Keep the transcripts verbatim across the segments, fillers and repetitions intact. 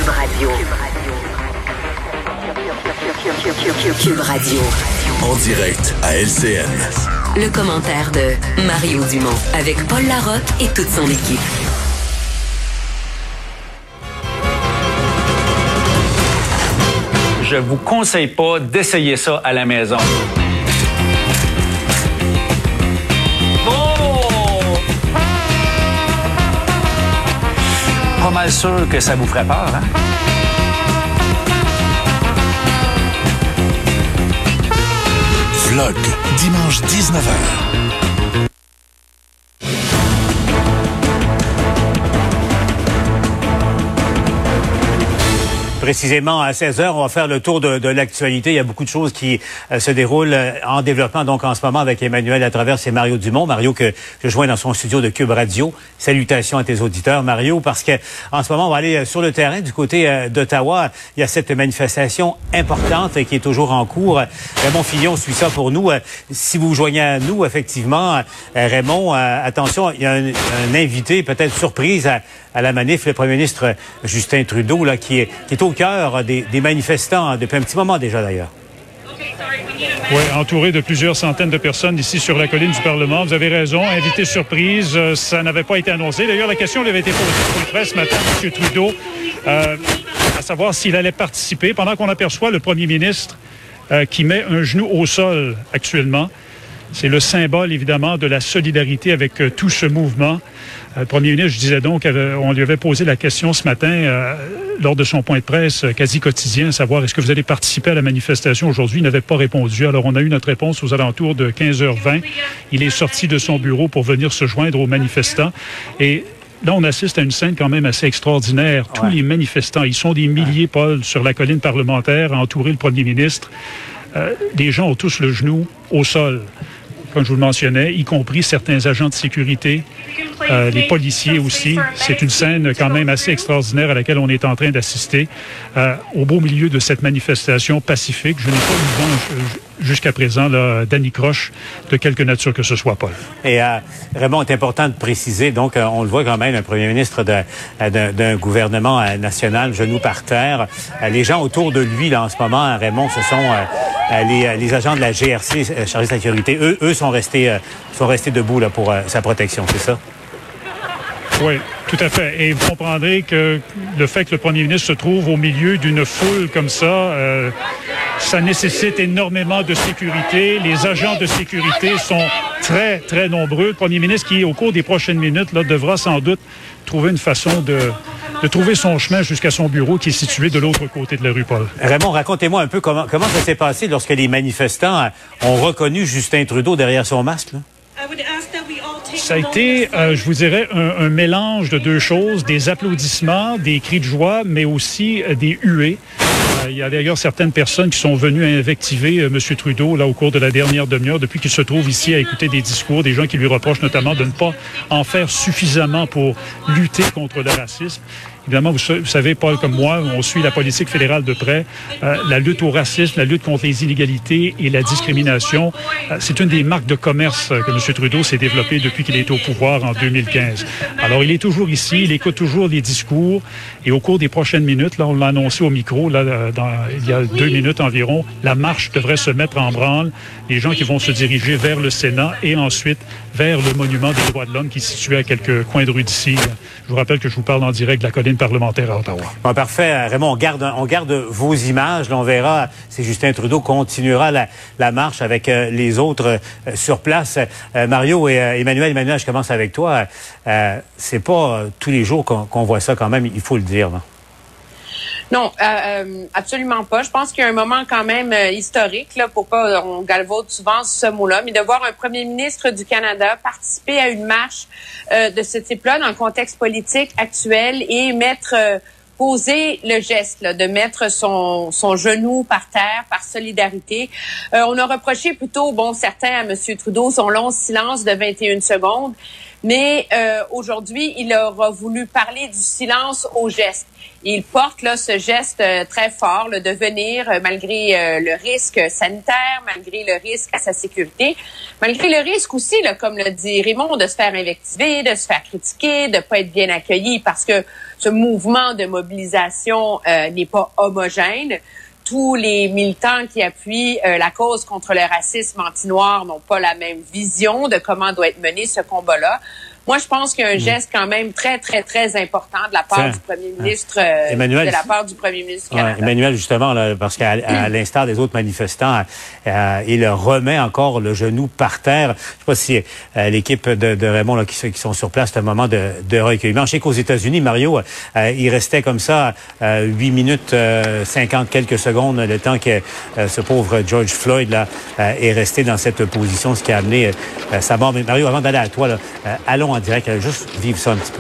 Cube Radio. Cube Radio. En direct à L C N. Le commentaire de Mario Dumont avec Paul Larocque et toute son équipe. Je vous conseille pas d'essayer ça à la maison. Oh! Pas mal sûr que ça vous ferait peur, hein? Vlog, dimanche dix-neuf heures. Précisément à seize heures, on va faire le tour de, de l'actualité. Il y a beaucoup de choses qui euh, se déroulent euh, en développement donc en ce moment avec Emmanuel Latraverse et Mario Dumont. Mario que je joins dans son studio de Cube Radio. Salutations à tes auditeurs, Mario, parce que en ce moment, on va aller sur le terrain du côté euh, d'Ottawa. Il y a cette manifestation importante qui est toujours en cours. Raymond Fillon suit ça pour nous. Euh, si vous vous joignez à nous, effectivement, euh, Raymond, euh, attention, il y a un, un invité, peut-être surprise à, à la manif, le premier ministre Justin Trudeau, là, qui est, qui est au cœur des, des manifestants depuis un petit moment déjà d'ailleurs. Oui, entouré de plusieurs centaines de personnes ici sur la colline du Parlement. Vous avez raison, invité surprise, euh, ça n'avait pas été annoncé. D'ailleurs, la question lui avait été posée pour le presse ce matin à M. Trudeau, euh, à savoir s'il allait participer, pendant qu'on aperçoit le premier ministre euh, qui met un genou au sol actuellement. C'est le symbole, évidemment, de la solidarité avec euh, tout ce mouvement. Euh, le premier ministre, je disais donc, avait, on lui avait posé la question ce matin euh, lors de son point de presse euh, quasi quotidien, à savoir est-ce que vous allez participer à la manifestation aujourd'hui? Il n'avait pas répondu. Alors, on a eu notre réponse aux alentours de quinze heures vingt. Il est sorti de son bureau pour venir se joindre aux manifestants. Et là, on assiste à une scène quand même assez extraordinaire. Tous ouais. les manifestants, ils sont des milliers, Paul, sur la colline parlementaire, à entourer le premier ministre. Euh, les gens ont tous le genou au sol, comme je vous le mentionnais, y compris certains agents de sécurité, euh, les policiers aussi. C'est une scène quand même assez extraordinaire à laquelle on est en train d'assister euh, au beau milieu de cette manifestation pacifique. Je n'ai pas eu vent jusqu'à présent là, d'anicroche de quelque nature que ce soit, Paul. Et euh, Raymond, c'est important de préciser, donc euh, on le voit quand même, un premier ministre de, de, d'un gouvernement euh, national, genou par terre. Euh, les gens autour de lui, là, en ce moment, Raymond, ce sont euh, les, les agents de la G R C euh, chargés de sécurité. Eux, eux sont restés, euh, sont restés debout là, pour euh, sa protection, c'est ça? Oui, tout à fait. Et vous comprendrez que le fait que le premier ministre se trouve au milieu d'une foule comme ça, euh, ça nécessite énormément de sécurité. Les agents de sécurité sont très, très nombreux. Le premier ministre qui, au cours des prochaines minutes, là, devra sans doute trouver une façon de, de trouver son chemin jusqu'à son bureau qui est situé de l'autre côté de la rue, Paul. Raymond, racontez-moi un peu comment, comment ça s'est passé lorsque les manifestants ont reconnu Justin Trudeau derrière son masque, là? Ça a été, euh, je vous dirais, un, un mélange de deux choses, des applaudissements, des cris de joie, mais aussi euh, des huées. Euh, il y a d'ailleurs certaines personnes qui sont venues invectiver euh, M. Trudeau là au cours de la dernière demi-heure, depuis qu'il se trouve ici à écouter des discours, des gens qui lui reprochent notamment de ne pas en faire suffisamment pour lutter contre le racisme. Évidemment, vous, vous savez, Paul, comme moi, on suit la politique fédérale de près. Euh, la lutte au racisme, la lutte contre les inégalités et la discrimination, euh, c'est une des marques de commerce que M. Trudeau s'est développée depuis qu'il est au pouvoir en deux mille quinze. Alors, il est toujours ici, il écoute toujours les discours et au cours des prochaines minutes, là, on l'a annoncé au micro, là, dans, il y a deux minutes environ, la marche devrait se mettre en branle. Les gens qui vont se diriger vers le Sénat et ensuite vers le monument des droits de l'homme qui est situé à quelques coins de rue d'ici. Je vous rappelle que je vous parle en direct de la colline parlementaire à Ottawa. Bon, parfait. Raymond, on garde, on garde vos images. Là, on verra si Justin Trudeau continuera la, la marche avec euh, les autres euh, sur place. Euh, Mario et euh, Emmanuel, Emmanuel, je commence avec toi. Euh, c'est pas euh, tous les jours qu'on, qu'on voit ça quand même, il faut le dire. Non? Non, euh, absolument pas. Je pense qu'il y a un moment quand même euh, historique, là, pour pas, on galvaude souvent ce mot-là, mais de voir un premier ministre du Canada participer à une marche euh, de ce type-là dans le contexte politique actuel et mettre, euh, poser le geste, là, de mettre son, son genou par terre par solidarité. Euh, on a reproché plutôt, bon, certains à M. Trudeau son long silence de vingt et une secondes. Mais euh, aujourd'hui, il aura voulu parler du silence au geste. Et il porte là ce geste euh, très fort là, de venir, euh, malgré euh, le risque sanitaire, malgré le risque à sa sécurité, malgré le risque aussi, là, comme le dit Raymond, de se faire invectiver, de se faire critiquer, de pas être bien accueilli, parce que ce mouvement de mobilisation euh, n'est pas homogène. Tous les militants qui appuient euh, la cause contre le racisme anti-noir n'ont pas la même vision de comment doit être mené ce combat-là. Moi, je pense qu'il y a un geste quand même très, très, très important de la part Tiens, du premier ministre, euh, Emmanuel, de la part du premier ministre du Canada. Ouais, Emmanuel, justement, là, parce qu'à à l'instar des autres manifestants, euh, il remet encore le genou par terre. Je sais pas si euh, l'équipe de, de Raymond là, qui, qui sont sur place, c'est un moment de, de recueillement. Je sais qu'aux États-Unis, Mario, euh, il restait comme ça euh, huit minutes euh, cinquante quelques secondes, le temps que euh, ce pauvre George Floyd là euh, est resté dans cette position, ce qui a amené euh, sa mort. Mais Mario, avant d'aller à toi, là, euh, allons en direct, juste vivre ça un petit peu.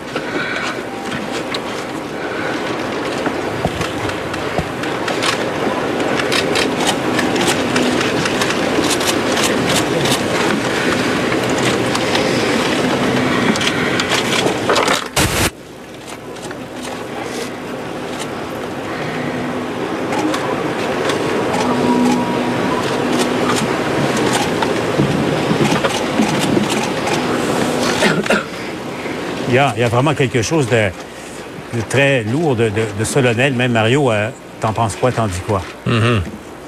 Il y, a, il y a vraiment quelque chose de, de très lourd, de, de, de solennel. Même Mario, euh, t'en penses quoi, t'en dis quoi? Mm-hmm.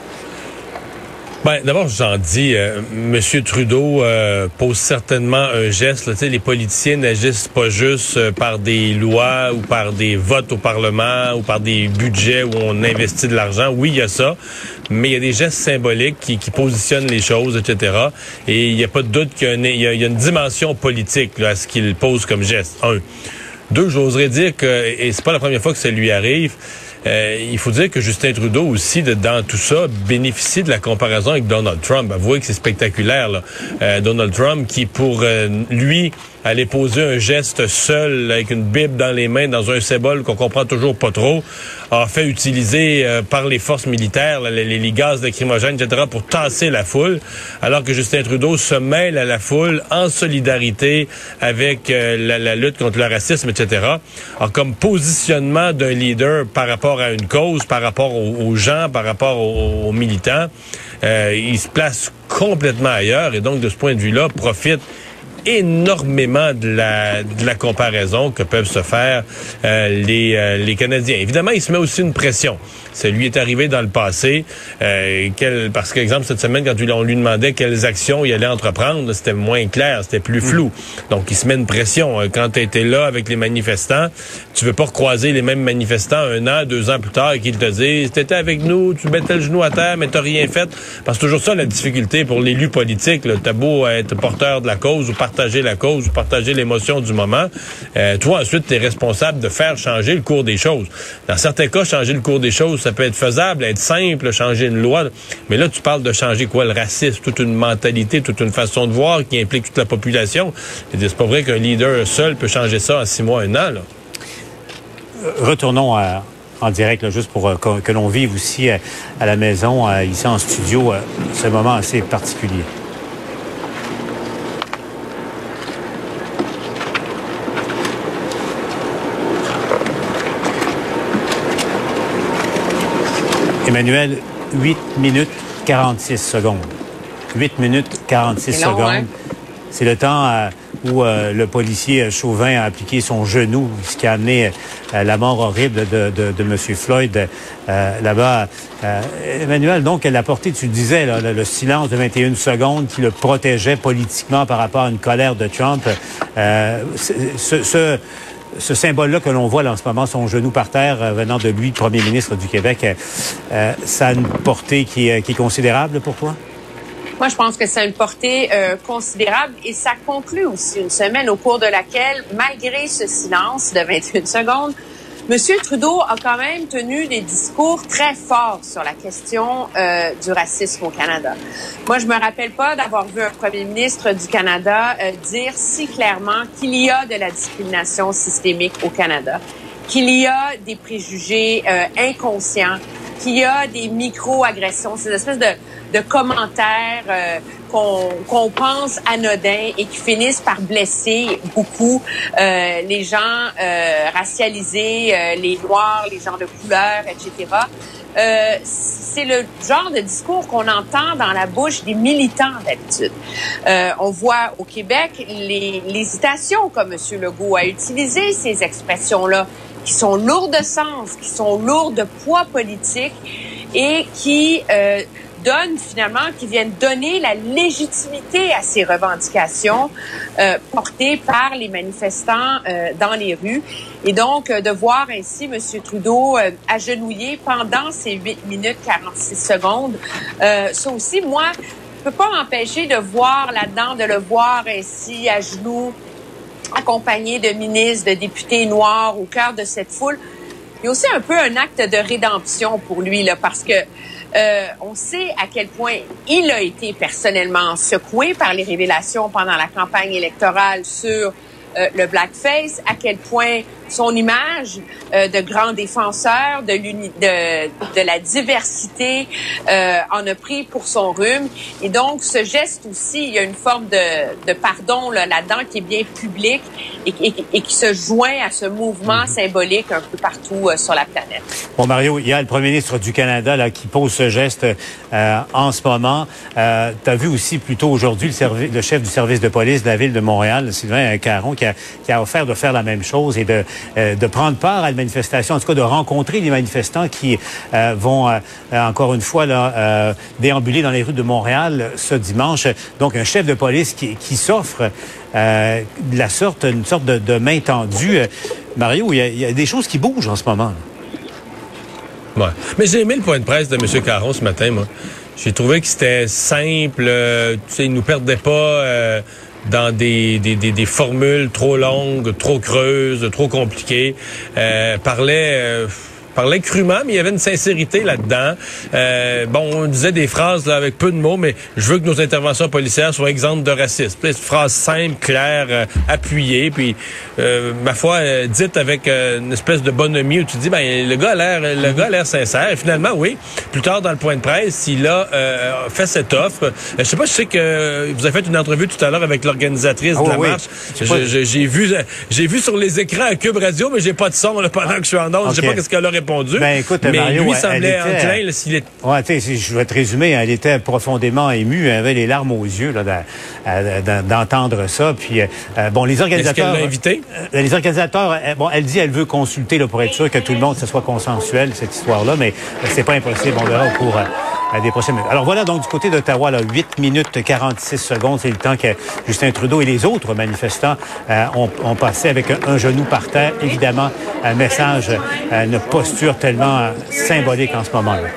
Ben, d'abord, j'en dis, euh, M. Trudeau euh, pose certainement un geste. Là, les politiciens n'agissent pas juste euh, par des lois ou par des votes au Parlement ou par des budgets où on investit de l'argent. Oui, il y a ça, mais il y a des gestes symboliques qui, qui positionnent les choses, et cetera. Et il n'y a pas de doute qu'il y a une, il y a, il y a une dimension politique là, à ce qu'il pose comme geste. Un. Deux, j'oserais dire que, et c'est pas la première fois que ça lui arrive, Euh, il faut dire que Justin Trudeau aussi, de, dans tout ça, bénéficie de la comparaison avec Donald Trump. Avouez que c'est spectaculaire, là. Euh, Donald Trump qui, pour euh, lui, allait poser un geste seul avec une bible dans les mains, dans un symbole qu'on comprend toujours pas trop, a fait utiliser euh, par les forces militaires là, les, les gaz lacrymogènes, et cetera, pour tasser la foule, alors que Justin Trudeau se mêle à la foule en solidarité avec euh, la, la lutte contre le racisme, et cetera. Alors, comme positionnement d'un leader par rapport à une cause, par rapport aux, aux gens, par rapport aux, aux militants, euh, il se place complètement ailleurs et donc, de ce point de vue-là, profite énormément de la de la comparaison que peuvent se faire euh, les euh, les Canadiens. Évidemment, il se met aussi une pression. Ça lui est arrivé dans le passé, euh, quel, parce qu'exemple, cette semaine, quand on lui demandait quelles actions il allait entreprendre, c'était moins clair, c'était plus flou. Mm. Donc, il se met une pression. Quand tu étais là avec les manifestants, tu veux pas recroiser les mêmes manifestants un an, deux ans plus tard et qu'ils te disent « T'étais avec nous, tu mettais le genou à terre, mais t'as rien fait. » Parce que c'est toujours ça la difficulté pour l'élu politique. T'as beau être porteur de la cause ou partager la cause ou partager l'émotion du moment. Euh, toi, ensuite, t'es responsable de faire changer le cours des choses. Dans certains cas, changer le cours des choses, ça peut être faisable, être simple, changer une loi. Mais là, tu parles de changer quoi? Le racisme, toute une mentalité, toute une façon de voir qui implique toute la population. C'est pas vrai qu'un leader seul peut changer ça en six mois, un an, là. Retournons à, en direct, là, juste pour euh, que, que l'on vive aussi euh, à la maison, euh, ici en studio, euh, ce moment assez particulier. Emmanuel, huit minutes quarante-six secondes. huit minutes quarante-six long, secondes. Hein? C'est le temps euh, où euh, le policier Chauvin a appliqué son genou, ce qui a amené euh, la mort horrible de, de, de M. Floyd euh, là-bas. Euh, Emmanuel, donc, elle a porté, tu le disais, là, le, le silence de vingt et une secondes qui le protégeait politiquement par rapport à une colère de Trump. Euh, ce... ce Ce symbole-là que l'on voit là, en ce moment, son genou par terre, euh, venant de lui, premier ministre du Québec, euh, ça a une portée qui est, qui est considérable pour toi? Moi, je pense que c'est une portée euh, considérable et ça conclut aussi une semaine au cours de laquelle, malgré ce silence de vingt et une secondes, M. Trudeau a quand même tenu des discours très forts sur la question euh, du racisme au Canada. Moi, je me rappelle pas d'avoir vu un premier ministre du Canada euh, dire si clairement qu'il y a de la discrimination systémique au Canada, qu'il y a des préjugés euh, inconscients, qu'il y a des micro-agressions, ces espèces de de commentaires euh, qu'on qu'on pense anodins et qui finissent par blesser beaucoup euh, les gens euh, racialisés, euh, les Noirs, les gens de couleur, et cetera. Euh, c'est le genre de discours qu'on entend dans la bouche des militants d'habitude. Euh, on voit au Québec les l'hésitation comme M. Legault a utilisé ces expressions-là qui sont lourdes de sens, qui sont lourdes de poids politique et qui euh, donnent finalement, qui viennent donner la légitimité à ces revendications euh, portées par les manifestants euh, dans les rues. Et donc, euh, de voir ainsi M. Trudeau euh, agenouillé pendant ces huit minutes quarante-six secondes, euh, ça aussi, moi, je peux pas m'empêcher de voir là-dedans, de le voir ainsi à genoux, accompagné de ministres, de députés noirs au cœur de cette foule. Il y a aussi un peu un acte de rédemption pour lui, là, parce que euh, on sait à quel point il a été personnellement secoué par les révélations pendant la campagne électorale sur euh, le blackface, à quel point son image euh, de grand défenseur de, l'uni- de, de la diversité euh, en a pris pour son rhume. Et donc, ce geste aussi, il y a une forme de, de pardon là, là-dedans qui est bien public et, et, et qui se joint à ce mouvement mm-hmm. symbolique un peu partout euh, sur la planète. Bon, Mario, il y a le premier ministre du Canada là qui pose ce geste euh, en ce moment. Euh, tu as vu aussi plus tôt aujourd'hui le, servi- le chef du service de police de la ville de Montréal, Sylvain Caron, qui a, qui a offert de faire la même chose et de Euh, de prendre part à la manifestation, en tout cas de rencontrer les manifestants qui euh, vont euh, encore une fois là, euh, déambuler dans les rues de Montréal ce dimanche. Donc un chef de police qui, qui s'offre euh, de la sorte, une sorte de, de main tendue. Mario, il y, a, il y a des choses qui bougent en ce moment. Ouais. Mais j'ai aimé le point de presse de M. Caron ce matin, moi. J'ai trouvé que c'était simple, euh, tu sais, il nous perdait pas euh, dans des, des, des, des formules trop longues, trop creuses, trop compliquées. Euh, parlait... Euh, parlait crûment, mais il y avait une sincérité là-dedans. Euh, bon, on disait des phrases là, avec peu de mots, mais je veux que nos interventions policières soient exemptes de racisme. Puis, une phrase simple, claire, euh, appuyée, puis euh, ma foi, euh, dite avec euh, une espèce de bonhomie où tu te dis, ben le gars a l'air, le gars a l'air sincère. Et finalement, oui. Plus tard dans le point de presse, il a euh, fait cette offre. Euh, je sais pas, je sais que euh, vous avez fait une entrevue tout à l'heure avec l'organisatrice oh, de la oui. marche. Je, je, j'ai vu, j'ai vu sur les écrans à Cube Radio, mais j'ai pas de son là, pendant que je suis en onde. Okay. Je sais pas qu'est-ce qu'elle a répondu. Ben, écoute, mais Mario, lui semblait était, enclin. Là, s'il est... ouais, tu sais, je vais te résumer. Elle était profondément émue. Elle avait les larmes aux yeux là, d'entendre ça. Puis, euh, bon, les organisateurs... Est-ce qu'elle l'a invité? Euh, les organisateurs... Euh, bon, elle dit qu'elle veut consulter là, pour être sûr que tout le monde, ce soit consensuel, cette histoire-là, mais euh, c'est pas impossible. On verra au cours euh, des prochaines minutes. Alors voilà, donc, du côté d'Ottawa, là, huit minutes quarante-six secondes. C'est le temps que Justin Trudeau et les autres manifestants euh, ont, ont passé avec un, un genou par terre. Évidemment, un message, euh, une posture tellement euh, symbolique en ce moment-là.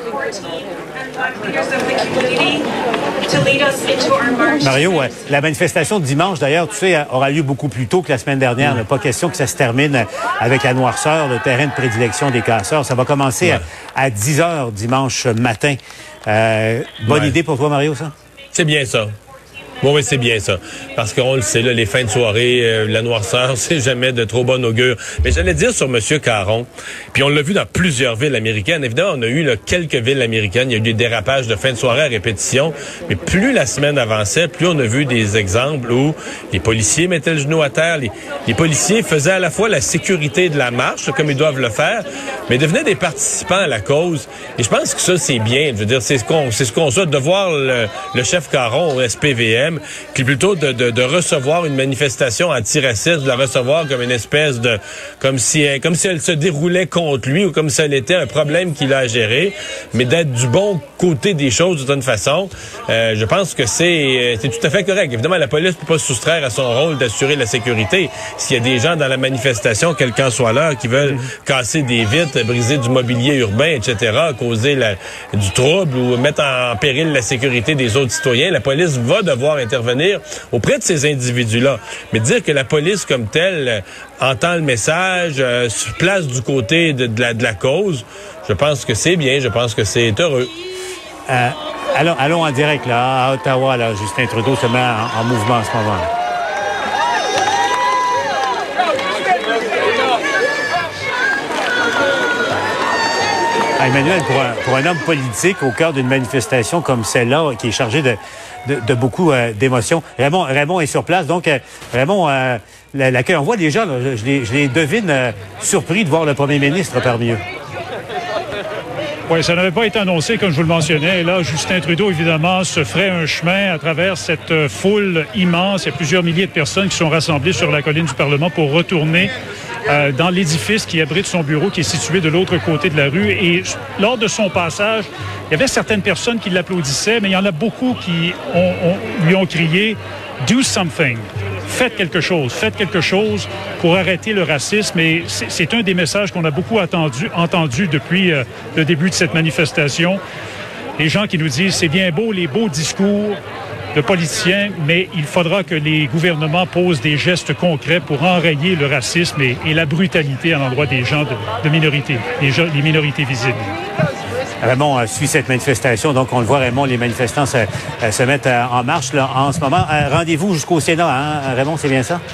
Mario, ouais, la manifestation de dimanche, d'ailleurs, tu sais, aura lieu beaucoup plus tôt que la semaine dernière. Il n'est pas question que ça se termine avec la noirceur, le terrain de prédilection des casseurs. Ça va commencer ouais. à, à dix heures dimanche matin. Euh, bonne ouais. idée pour toi, Mario, ça? C'est bien ça. Bon, oui, c'est bien ça. Parce qu'on le sait, là, les fins de soirée, euh, la noirceur, c'est jamais de trop bon augure. Mais j'allais dire sur M. Caron, puis on l'a vu dans plusieurs villes américaines. Évidemment, on a eu là, quelques villes américaines. Il y a eu des dérapages de fin de soirée à répétition. Mais plus la semaine avançait, plus on a vu des exemples où les policiers mettaient le genou à terre. Les, les policiers faisaient à la fois la sécurité de la marche, comme ils doivent le faire, mais devenaient des participants à la cause. Et je pense que ça, c'est bien. Je veux dire, c'est ce qu'on, c'est ce qu'on souhaite de voir le, le chef Caron au S P V M, puis plutôt de, de, de recevoir une manifestation antiraciste, de la recevoir comme une espèce de... comme si, comme si elle se déroulait contre lui ou comme si elle était un problème qu'il a à gérer, mais d'être du bon côté des choses d'une façon, euh, je pense que c'est, c'est tout à fait correct. Évidemment, la police ne peut pas se soustraire à son rôle d'assurer la sécurité. S'il y a des gens dans la manifestation, quel qu'en soit l'heure, qui veulent mm-hmm. casser des vitres, briser du mobilier urbain, et cetera, causer la, du trouble ou mettre en péril la sécurité des autres citoyens, la police va devoir intervenir auprès de ces individus-là. Mais dire que la police comme telle euh, entend le message, euh, se place du côté de, de, la, de la cause, je pense que c'est bien, je pense que c'est heureux. Euh, allons, allons en direct là, à Ottawa, là, Justin Trudeau se met en, en mouvement en ce moment. Là. Ah, Emmanuel, pour un, pour un homme politique au cœur d'une manifestation comme celle-là, qui est chargée de, de, de beaucoup euh, d'émotions, Raymond, Raymond est sur place. Donc, euh, Raymond, euh, l'accueil, on voit les gens, là, je, les, je les devine euh, surpris de voir le premier ministre parmi eux. Oui, ça n'avait pas été annoncé, comme je vous le mentionnais. Et là, Justin Trudeau, évidemment, se ferait un chemin à travers cette foule immense. Il y a plusieurs milliers de personnes qui sont rassemblées sur la colline du Parlement pour retourner euh, dans l'édifice qui abrite son bureau, qui est situé de l'autre côté de la rue. Et lors de son passage, il y avait certaines personnes qui l'applaudissaient, mais il y en a beaucoup qui ont, ont, lui ont crié « Do something ». Faites quelque chose, faites quelque chose pour arrêter le racisme. Et c'est un des messages qu'on a beaucoup attendu, entendu depuis euh, le début de cette manifestation. Les gens qui nous disent, c'est bien beau les beaux discours de politiciens, mais il faudra que les gouvernements posent des gestes concrets pour enrayer le racisme et, et la brutalité à l'endroit des gens de, de minorités, les, gens, les minorités visibles. Raymond euh, suit cette manifestation, donc on le voit, Raymond, les manifestants se, euh, se mettent euh, en marche là, en ce moment. Euh, rendez-vous jusqu'au Sénat, hein, Raymond, c'est bien ça?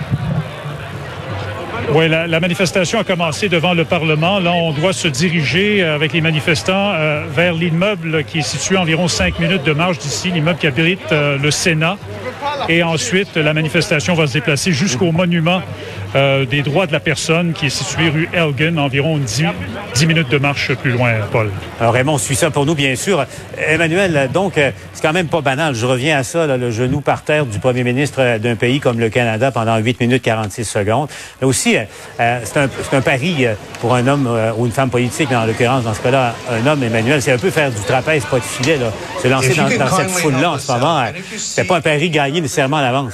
Oui, la, la manifestation a commencé devant le Parlement. Là, on doit se diriger euh, avec les manifestants euh, vers l'immeuble qui est situé à environ cinq minutes de marche d'ici, l'immeuble qui abrite euh, le Sénat. Et ensuite, la manifestation va se déplacer jusqu'au monument euh, des droits de la personne qui est situé rue Elgin, environ dix, dix minutes de marche plus loin, Paul. Alors Raymond suit ça pour nous, bien sûr. Emmanuel, donc, euh, c'est quand même pas banal. Je reviens à ça, là, le genou par terre du premier ministre d'un pays comme le Canada pendant huit minutes quarante-six secondes. Mais aussi, euh, c'est un, c'est un pari pour un homme euh, ou une femme politique, dans l'occurrence, dans ce cas-là, un homme, Emmanuel. C'est un peu faire du trapèze, pas de filet, là. Se lancer dans, dans cette foule-là en ce moment. Euh, c'était pas un pari gagné nécessairement à l'avance.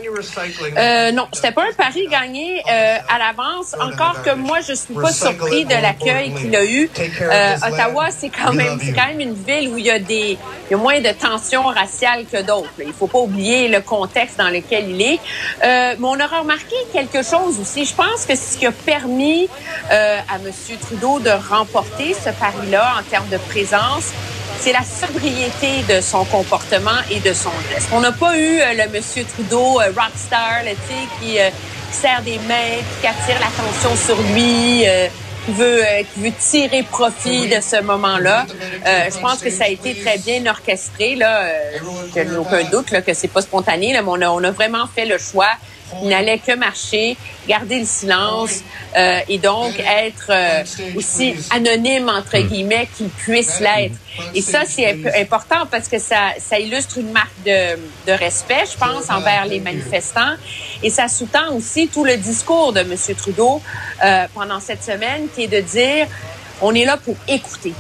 Euh, non, c'était pas un pari gagné euh, à l'avance. Encore que moi, je suis pas surpris de l'accueil qu'il a eu. Euh, Ottawa, c'est quand même, c'est quand même une ville où il y a des, il y a moins de tensions raciales que d'autres. Il faut pas oublier le contexte dans lequel il est. Euh, mais on aura remarqué quelque chose aussi. Je pense que ce qui a permis euh, à M. Trudeau de remporter ce pari-là en termes de présence, c'est la sobriété de son comportement et de son geste. On n'a pas eu euh, le monsieur Trudeau, euh, rockstar, là, qui, euh, qui serre des mains, qui attire l'attention sur lui, euh, qui veut euh, qui veut tirer profit de ce moment-là. Euh, je pense que ça a été très bien orchestré. Là, euh, je n'ai aucun doute là, que c'est pas spontané, là, mais on a, on a vraiment fait le choix. Il n'allait que marcher, garder le silence euh, et donc être euh, aussi anonyme, entre guillemets, qu'il puisse l'être. Et ça, c'est important parce que ça, ça illustre une marque de, de respect, je pense, envers les manifestants. Et ça sous-tend aussi tout le discours de M. Trudeau euh, pendant cette semaine, qui est de dire, on est là pour écouter.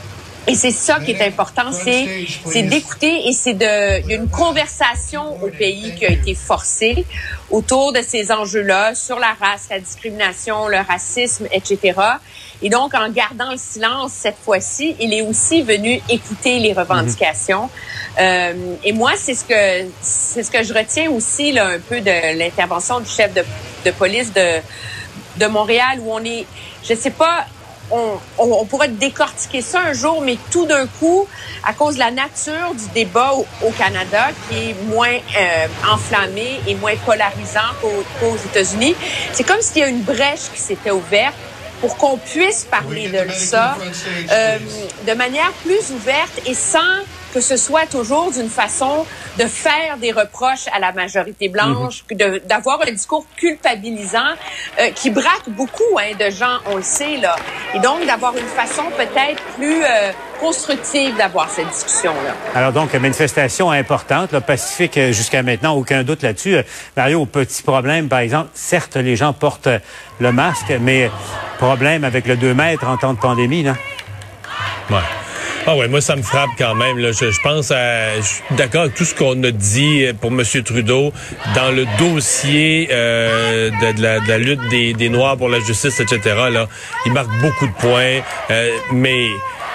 Et c'est ça qui est important, c'est c'est d'écouter et c'est de il y a une conversation au pays qui a été forcée autour de ces enjeux-là sur la race, la discrimination, le racisme, et cetera. Et donc, en gardant le silence cette fois-ci, il est aussi venu écouter les revendications. Mmh. Euh, et moi, c'est ce que c'est ce que je retiens aussi là un peu de l'intervention du chef de, de police de de Montréal, où on est, je sais pas. On, on, on pourrait décortiquer ça un jour, mais tout d'un coup, à cause de la nature du débat au, au Canada, qui est moins euh, enflammé et moins polarisant qu'aux, qu'aux États-Unis, c'est comme s'il y a une brèche qui s'était ouverte pour qu'on puisse parler de ça euh, de manière plus ouverte et sans que ce soit toujours d'une façon de faire des reproches à la majorité blanche, mm-hmm. de, d'avoir un discours culpabilisant euh, qui braque beaucoup hein, de gens, on le sait, là. Et donc, d'avoir une façon peut-être plus euh, constructive d'avoir cette discussion-là. Alors donc, manifestation importante, là, pacifique jusqu'à maintenant, aucun doute là-dessus. Mario, petit problème, par exemple, certes, les gens portent le masque, mais problème avec le deux mètres en temps de pandémie, là. Ouais. Ah ouais, moi ça me frappe quand même. Là. Je, je pense à, je suis d'accord avec tout ce qu'on a dit pour M. Trudeau dans le dossier euh, de, de, la, de la lutte des, des Noirs pour la justice, et cetera. Là, il marque beaucoup de points, euh, mais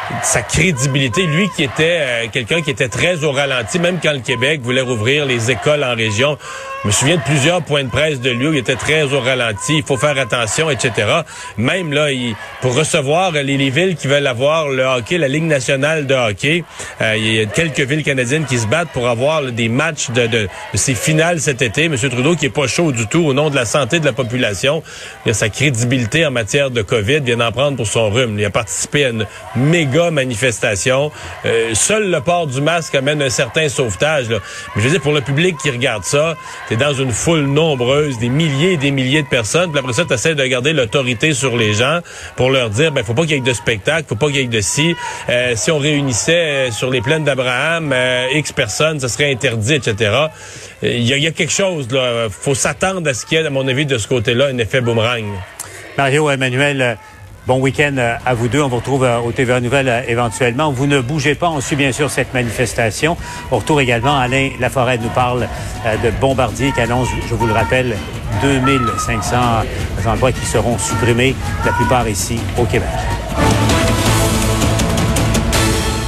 sa crédibilité, lui qui était euh, quelqu'un qui était très au ralenti, même quand le Québec voulait rouvrir les écoles en région. Je me souviens de plusieurs points de presse de lui où il était très au ralenti, il faut faire attention, et cetera. Même là, il, pour recevoir les, les villes qui veulent avoir le hockey, la Ligue nationale de hockey, euh, il y a quelques villes canadiennes qui se battent pour avoir là, des matchs de, de, de ces finales cet été. M. Trudeau qui est pas chaud du tout au nom de la santé de la population. Il a sa crédibilité en matière de COVID, vient d'en prendre pour son rhume. Il a participé à une méga manifestation. Euh, seul le port du masque amène un certain sauvetage. Là. Mais je veux dire, pour le public qui regarde ça, t'es dans une foule nombreuse, des milliers et des milliers de personnes. Puis après ça, t'essaies de garder l'autorité sur les gens pour leur dire, ben faut pas qu'il y ait de spectacle, faut pas qu'il y ait de ci. Euh, si on réunissait euh, sur les plaines d'Abraham euh, X personnes, ça serait interdit, et cetera. Il euh, y, y a quelque chose, là. Faut s'attendre à ce qu'il y ait, à mon avis, de ce côté-là, un effet boomerang. Mario, Emmanuel, bon week-end à vous deux. On vous retrouve au T V A Nouvelles éventuellement. Vous ne bougez pas. On suit bien sûr cette manifestation. Au retour également, Alain Laforêt nous parle de Bombardier qui annonce, je vous le rappelle, deux mille cinq cents emplois qui seront supprimés, la plupart ici au Québec.